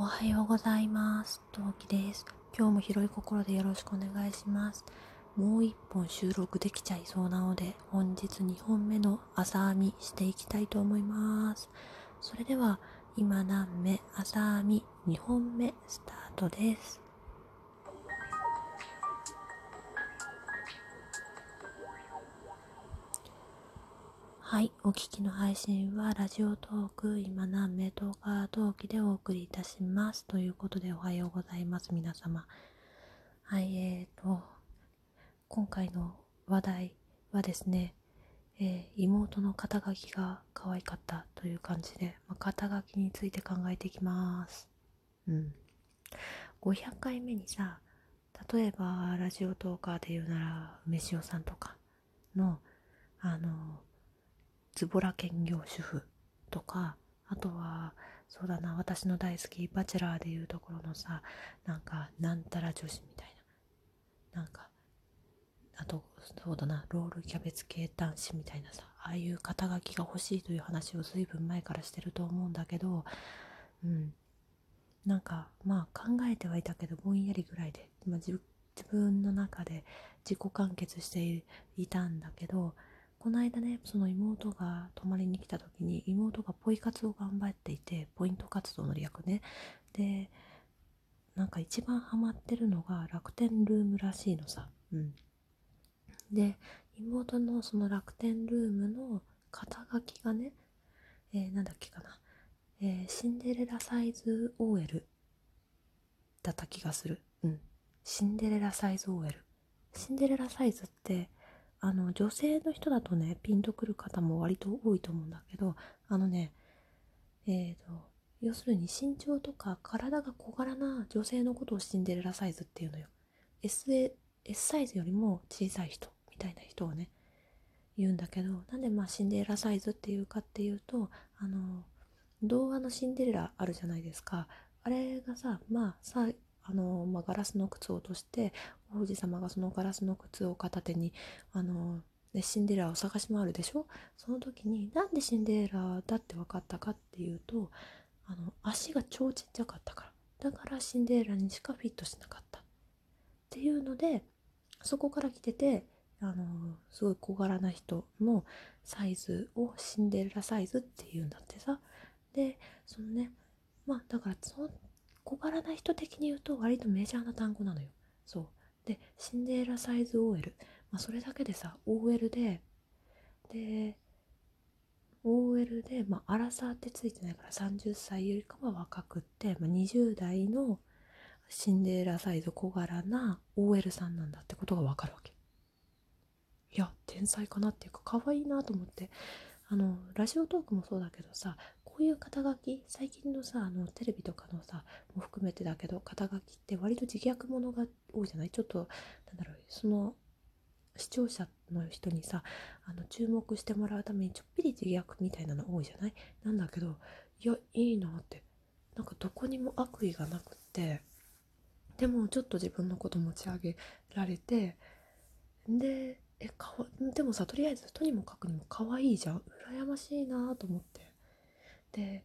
おはようございます。トウキです。今日も広い心でよろしくお願いします。もう一本収録できちゃいそうなので、本日2本目の朝編みしていきたいと思います。それでは、今何目朝編み2本目スタートです。はい、お聞きの配信はラジオトーク今何名トーカートーキでお送りいたしますということで、おはようございます皆様。はい、今回の話題はですね、妹の肩書きが可愛かったという感じで、肩書きについて考えていきます。500回目にさ、例えばラジオトーカーで言うなら梅塩さんとかのズボラ兼業主婦とか、あとはそうだな、私の大好きバチェラーでいうところのさ、なんたら女子みたいな、あとそうだな、ロールキャベツ系男子みたいなさ、ああいう肩書きが欲しいという話を随分前からしてると思うんだけど、考えてはいたけどぼんやりぐらいで、自分の中で自己完結していたんだけど、この間ね、その妹が泊まりに来た時に、妹がポイ活を頑張っていて、ポイント活動の略ね。で、一番ハマってるのが楽天ルームらしいのさ。で、妹のその楽天ルームの肩書きがね、なんだっけかな、シンデレラサイズ OL だった気がする。シンデレラサイズ OL。シンデレラサイズって、女性の人だとね、ピンとくる方も割と多いと思うんだけど、あのね、えーと、要するに身長とか体が小柄な女性のことをシンデレラサイズっていうのよ。S サイズよりも小さい人みたいな人をね、言うんだけど、なんでシンデレラサイズっていうかっていうと、童話のシンデレラあるじゃないですか。あれがさ、ガラスの靴を落として、王子様がそのガラスの靴を片手にシンデレラを探し回るでしょ。その時になんでシンデレラだって分かったかっていうと、足が超ちっちゃかったから、だからシンデレラにしかフィットしなかったっていうので、そこから来てて、すごい小柄な人のサイズをシンデレラサイズっていうんだってさ。で、そのね、だからその小柄な人的に言うと割とメジャーな単語なのよ。そうで、シンデレラサイズ OL、それだけでさ、 OL で OL で、アラサーってついてないから30歳よりかは若くって、20代のシンデレラサイズ小柄な OL さんなんだってことがわかるわけ。いや、天才かなっていうか、可愛いなと思って。ラジオトークもそうだけどさ、こういう肩書き、最近のさ、テレビとかのさ、も含めてだけど、肩書きって割と自虐ものが多いじゃない。ちょっと、その、視聴者の人にさ、注目してもらうためにちょっぴり自虐みたいなの多いじゃない。なんだけど、いや、いいなって。どこにも悪意がなくって、でもちょっと自分のこと持ち上げられて、で、でもさ、とりあえずとにもかくにも可愛いじゃん。羨ましいなと思って。で、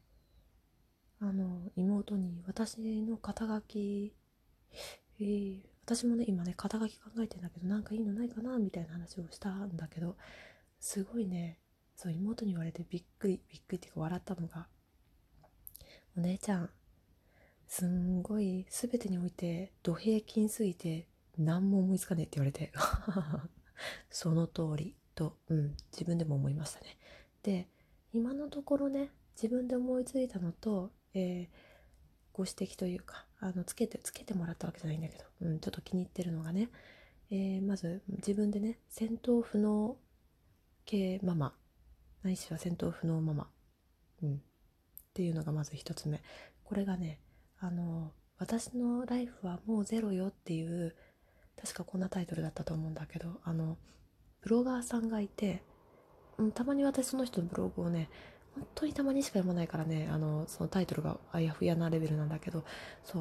妹に私の肩書き、私もね、今ね、肩書き考えてんだけど、なんかいいのないかなみたいな話をしたんだけど、すごいね、そう、妹に言われてびっくりっていうか笑ったのが、お姉ちゃん、すんごい全てにおいて、ド平均すぎて、何も思いつかねえって言われて、その通りと、自分でも思いましたね。で、今のところね、自分で思いついたのと、ご指摘というか、つけてもらったわけじゃないんだけど、ちょっと気に入ってるのがね、まず自分でね、戦闘不能系ママ、ないしは戦闘不能ママ、っていうのがまず一つ目。これがね、私のライフはもうゼロよっていう、確かこんなタイトルだったと思うんだけど、ブロガーさんがいて、たまに私その人のブログをね、本当にたまにしか読まないからね、そのタイトルがあやふやなレベルなんだけど、そう、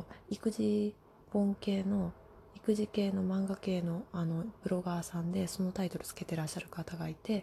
育児系の漫画系のブロガーさんで、そのタイトルつけてらっしゃる方がいて、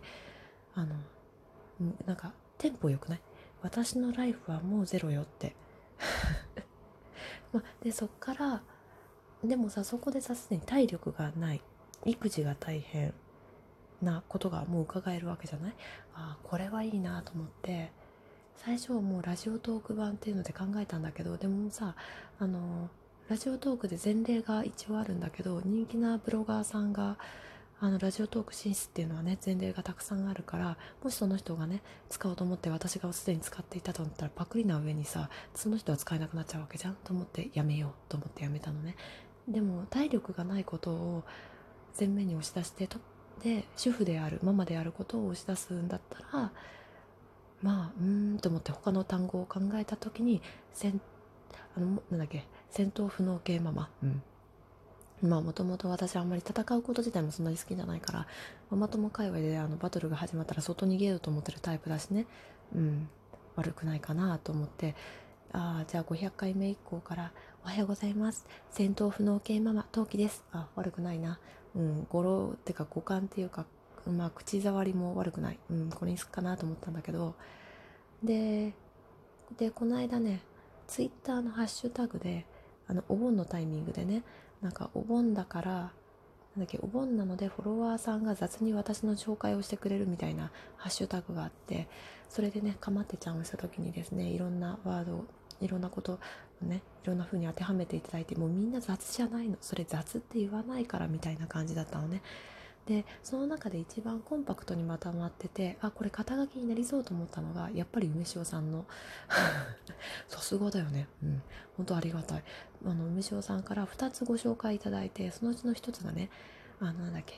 テンポよくない？私のライフはもうゼロよってでそっからでもさ、そこでさ、すでに体力がない、育児が大変なことがもう伺えるわけじゃない。これはいいなと思って、最初はもうラジオトーク版っていうので考えたんだけど、でもさ、ラジオトークで前例が一応あるんだけど、人気なブロガーさんがラジオトーク進出っていうのはね、前例がたくさんあるから、もしその人がね使おうと思って私がすでに使っていたと思ったら、パクリな上にさ、その人は使えなくなっちゃうわけじゃんと思って、やめようと思ってやめたのね。でも体力がないことを前面に押し出してで、主婦であるママであることを押し出すんだったら、と思って他の単語を考えた時に、なんだっけ、戦闘不能系ママ、もともと私あんまり戦うこと自体もそんなに好きじゃないから、ママ友界隈でバトルが始まったら外逃げようと思ってるタイプだしね、悪くないかなと思って、じゃあ500回目以降からおはようございます、戦闘不能系ママ陶器です。悪くないな。語呂ってか語感っていうか、口触りも悪くない。これにすっかなと思ったんだけど、でこの間ね、ツイッターのハッシュタグでお盆のタイミングでね、なんかお盆だからお盆なのでフォロワーさんが雑に私の紹介をしてくれるみたいなハッシュタグがあって、それでね、かまってちゃんをした時にですね、いろんなワード、いろんなことをね、いろんな風に当てはめていただいて、もうみんな雑じゃないの、それ雑って言わないからみたいな感じだったのね。でその中で一番コンパクトにまとまってて、これ肩書きになりそうと思ったのが、やっぱり梅塩さんのさすがだよね。本当ありがたい。梅塩さんから2つご紹介いただいて、そのうちの1つがね、なんだっけ、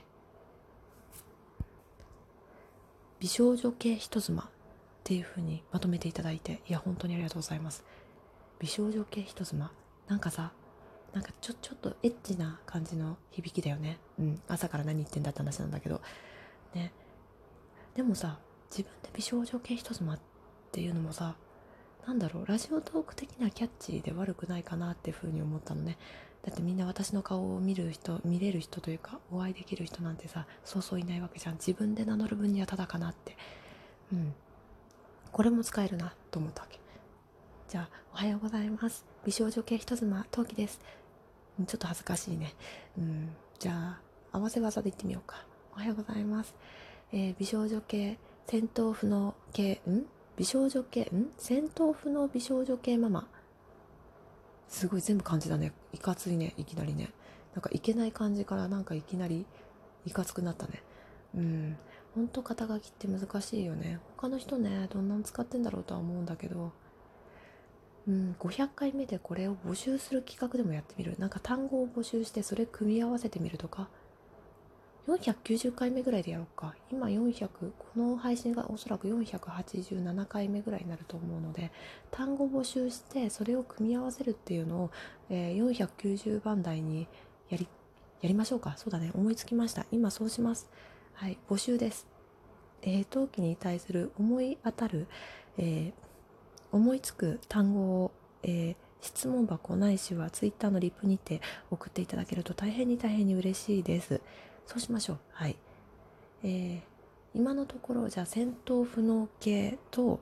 美少女系人妻っていう風にまとめていただいて、いや本当にありがとうございます。美少女系人妻、なんかさ、ちょっとエッチな感じの響きだよね。朝から何言ってんだって話なんだけどね。でもさ、自分で美少女系人妻っていうのもさ、ラジオトーク的にはキャッチーで悪くないかなっていうふうに思ったのね。だってみんな私の顔を見れる人というか、お会いできる人なんてさ、そうそういないわけじゃん。自分で名乗る分にはただかなって。これも使えるなと思ったわけ。じゃあ、おはようございます、美少女系人妻陶器です。ちょっと恥ずかしいね。じゃあ合わせ技で言ってみようか。おはようございます、美少女系戦闘不能系美少女系戦闘不能美少女系ママ。すごい全部漢字だね。いかついね、いきなりね。いけない感じからいきなりいかつくなったね。ほんと肩書きって難しいよね。他の人ね、どんなの使ってんだろうとは思うんだけど、500回目でこれを募集する企画でもやってみる。単語を募集してそれ組み合わせてみるとか。490回目ぐらいでやろうか。今400、この配信がおそらく487回目ぐらいになると思うので、単語募集してそれを組み合わせるっていうのを、490番台にやりましょうか。そうだね、思いつきました。今そうします。はい、募集です。陶器に対する思い当たる、思いつく単語を、質問箱ないしはツイッターのリプにて送っていただけると大変に嬉しいです。そうしましょう。はい。今のところ、じゃあ戦闘不能系と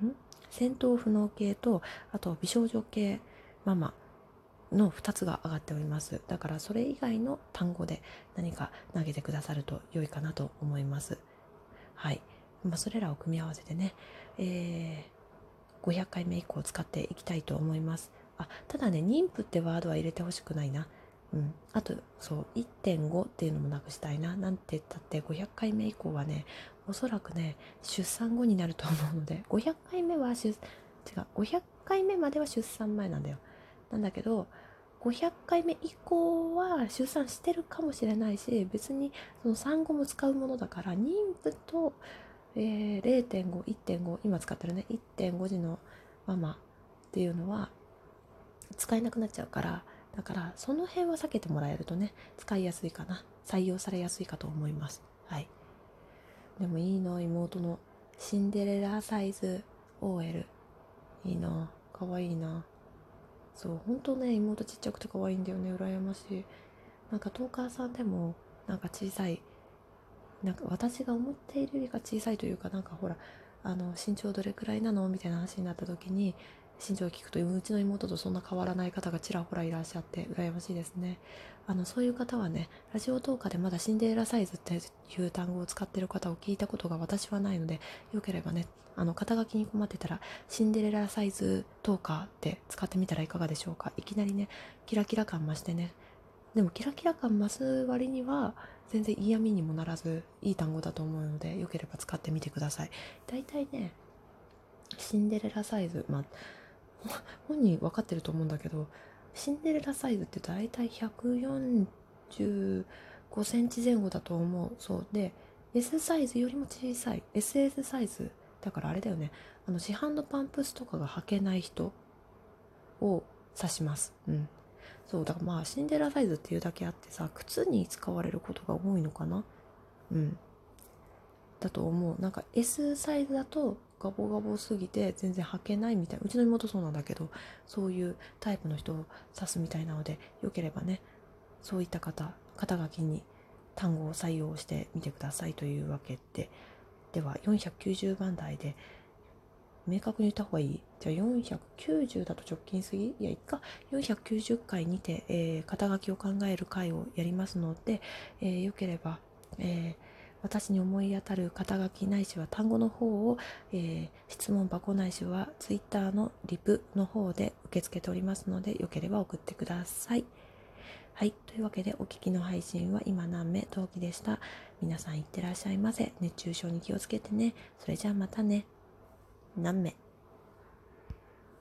あと美少女系ママの2つが上がっております。だからそれ以外の単語で何か投げてくださると良いかなと思います。はい。それらを組み合わせてね、500回目以降使っていきたいと思います。ただね、妊婦ってワードは入れてほしくないな。あと1.5 っていうのもなくしたいな。なんて言ったって500回目以降はね、おそらくね出産後になると思うので、500回目は500回目までは出産前なんだよ。なんだけど500回目以降は出産してるかもしれないし、別にその産後も使うものだから、妊婦と、0.5、1.5、今使ってるね 1.5 時のママっていうのは使えなくなっちゃうから、だからその辺は避けてもらえるとね、使いやすいかな、採用されやすいかと思います。はい。でもいいな、妹のシンデレラサイズ OL いいな、かわいいな。そう本当ね、妹ちっちゃくて可愛いんだよね、羨ましい。トーカーさんでも小さい、私が思っているよりか小さいというか、ほら身長どれくらいなのみたいな話になった時に、 身長を聞くと、うちの妹とそんな変わらない方がちらほらいらっしゃって羨ましいですね。そういう方はね、ラジオトーカーでまだシンデレラサイズっていう単語を使ってる方を聞いたことが私はないので、よければね、肩書きに困ってたらシンデレラサイズトーカーって使ってみたらいかがでしょうか。いきなりね、キラキラ感増してね、でもキラキラ感増す割には全然嫌味にもならずいい単語だと思うので、よければ使ってみてください。だいたいね、シンデレラサイズ、本人分かってると思うんだけど、シンデレラサイズってだいたい145センチ前後だと思う。そうで、S サイズよりも小さい SS サイズだから、あれだよね、市販のパンプスとかが履けない人を指します。そうだから、シンデレラサイズっていうだけあってさ、靴に使われることが多いのかな。だと思う。なんか S サイズだとガボガボすぎて全然履けないみたいな、うちの妹そうなんだけど、そういうタイプの人を指すみたいなので、よければね、そういった肩書きに単語を採用してみてくださいというわけで、では490番台で明確に言った方がいい。じゃあ490だと直近すぎ、いやいっか。490回にて、肩書きを考える回をやりますので、よければ、私に思い当たる肩書きないしは単語の方を、質問箱ないしはツイッターのリプの方で受け付けておりますので、よければ送ってください。はい、というわけでお聞きの配信は今何名陶器でした。皆さんいってらっしゃいませ。熱中症に気をつけてね。それじゃあまたね。何名。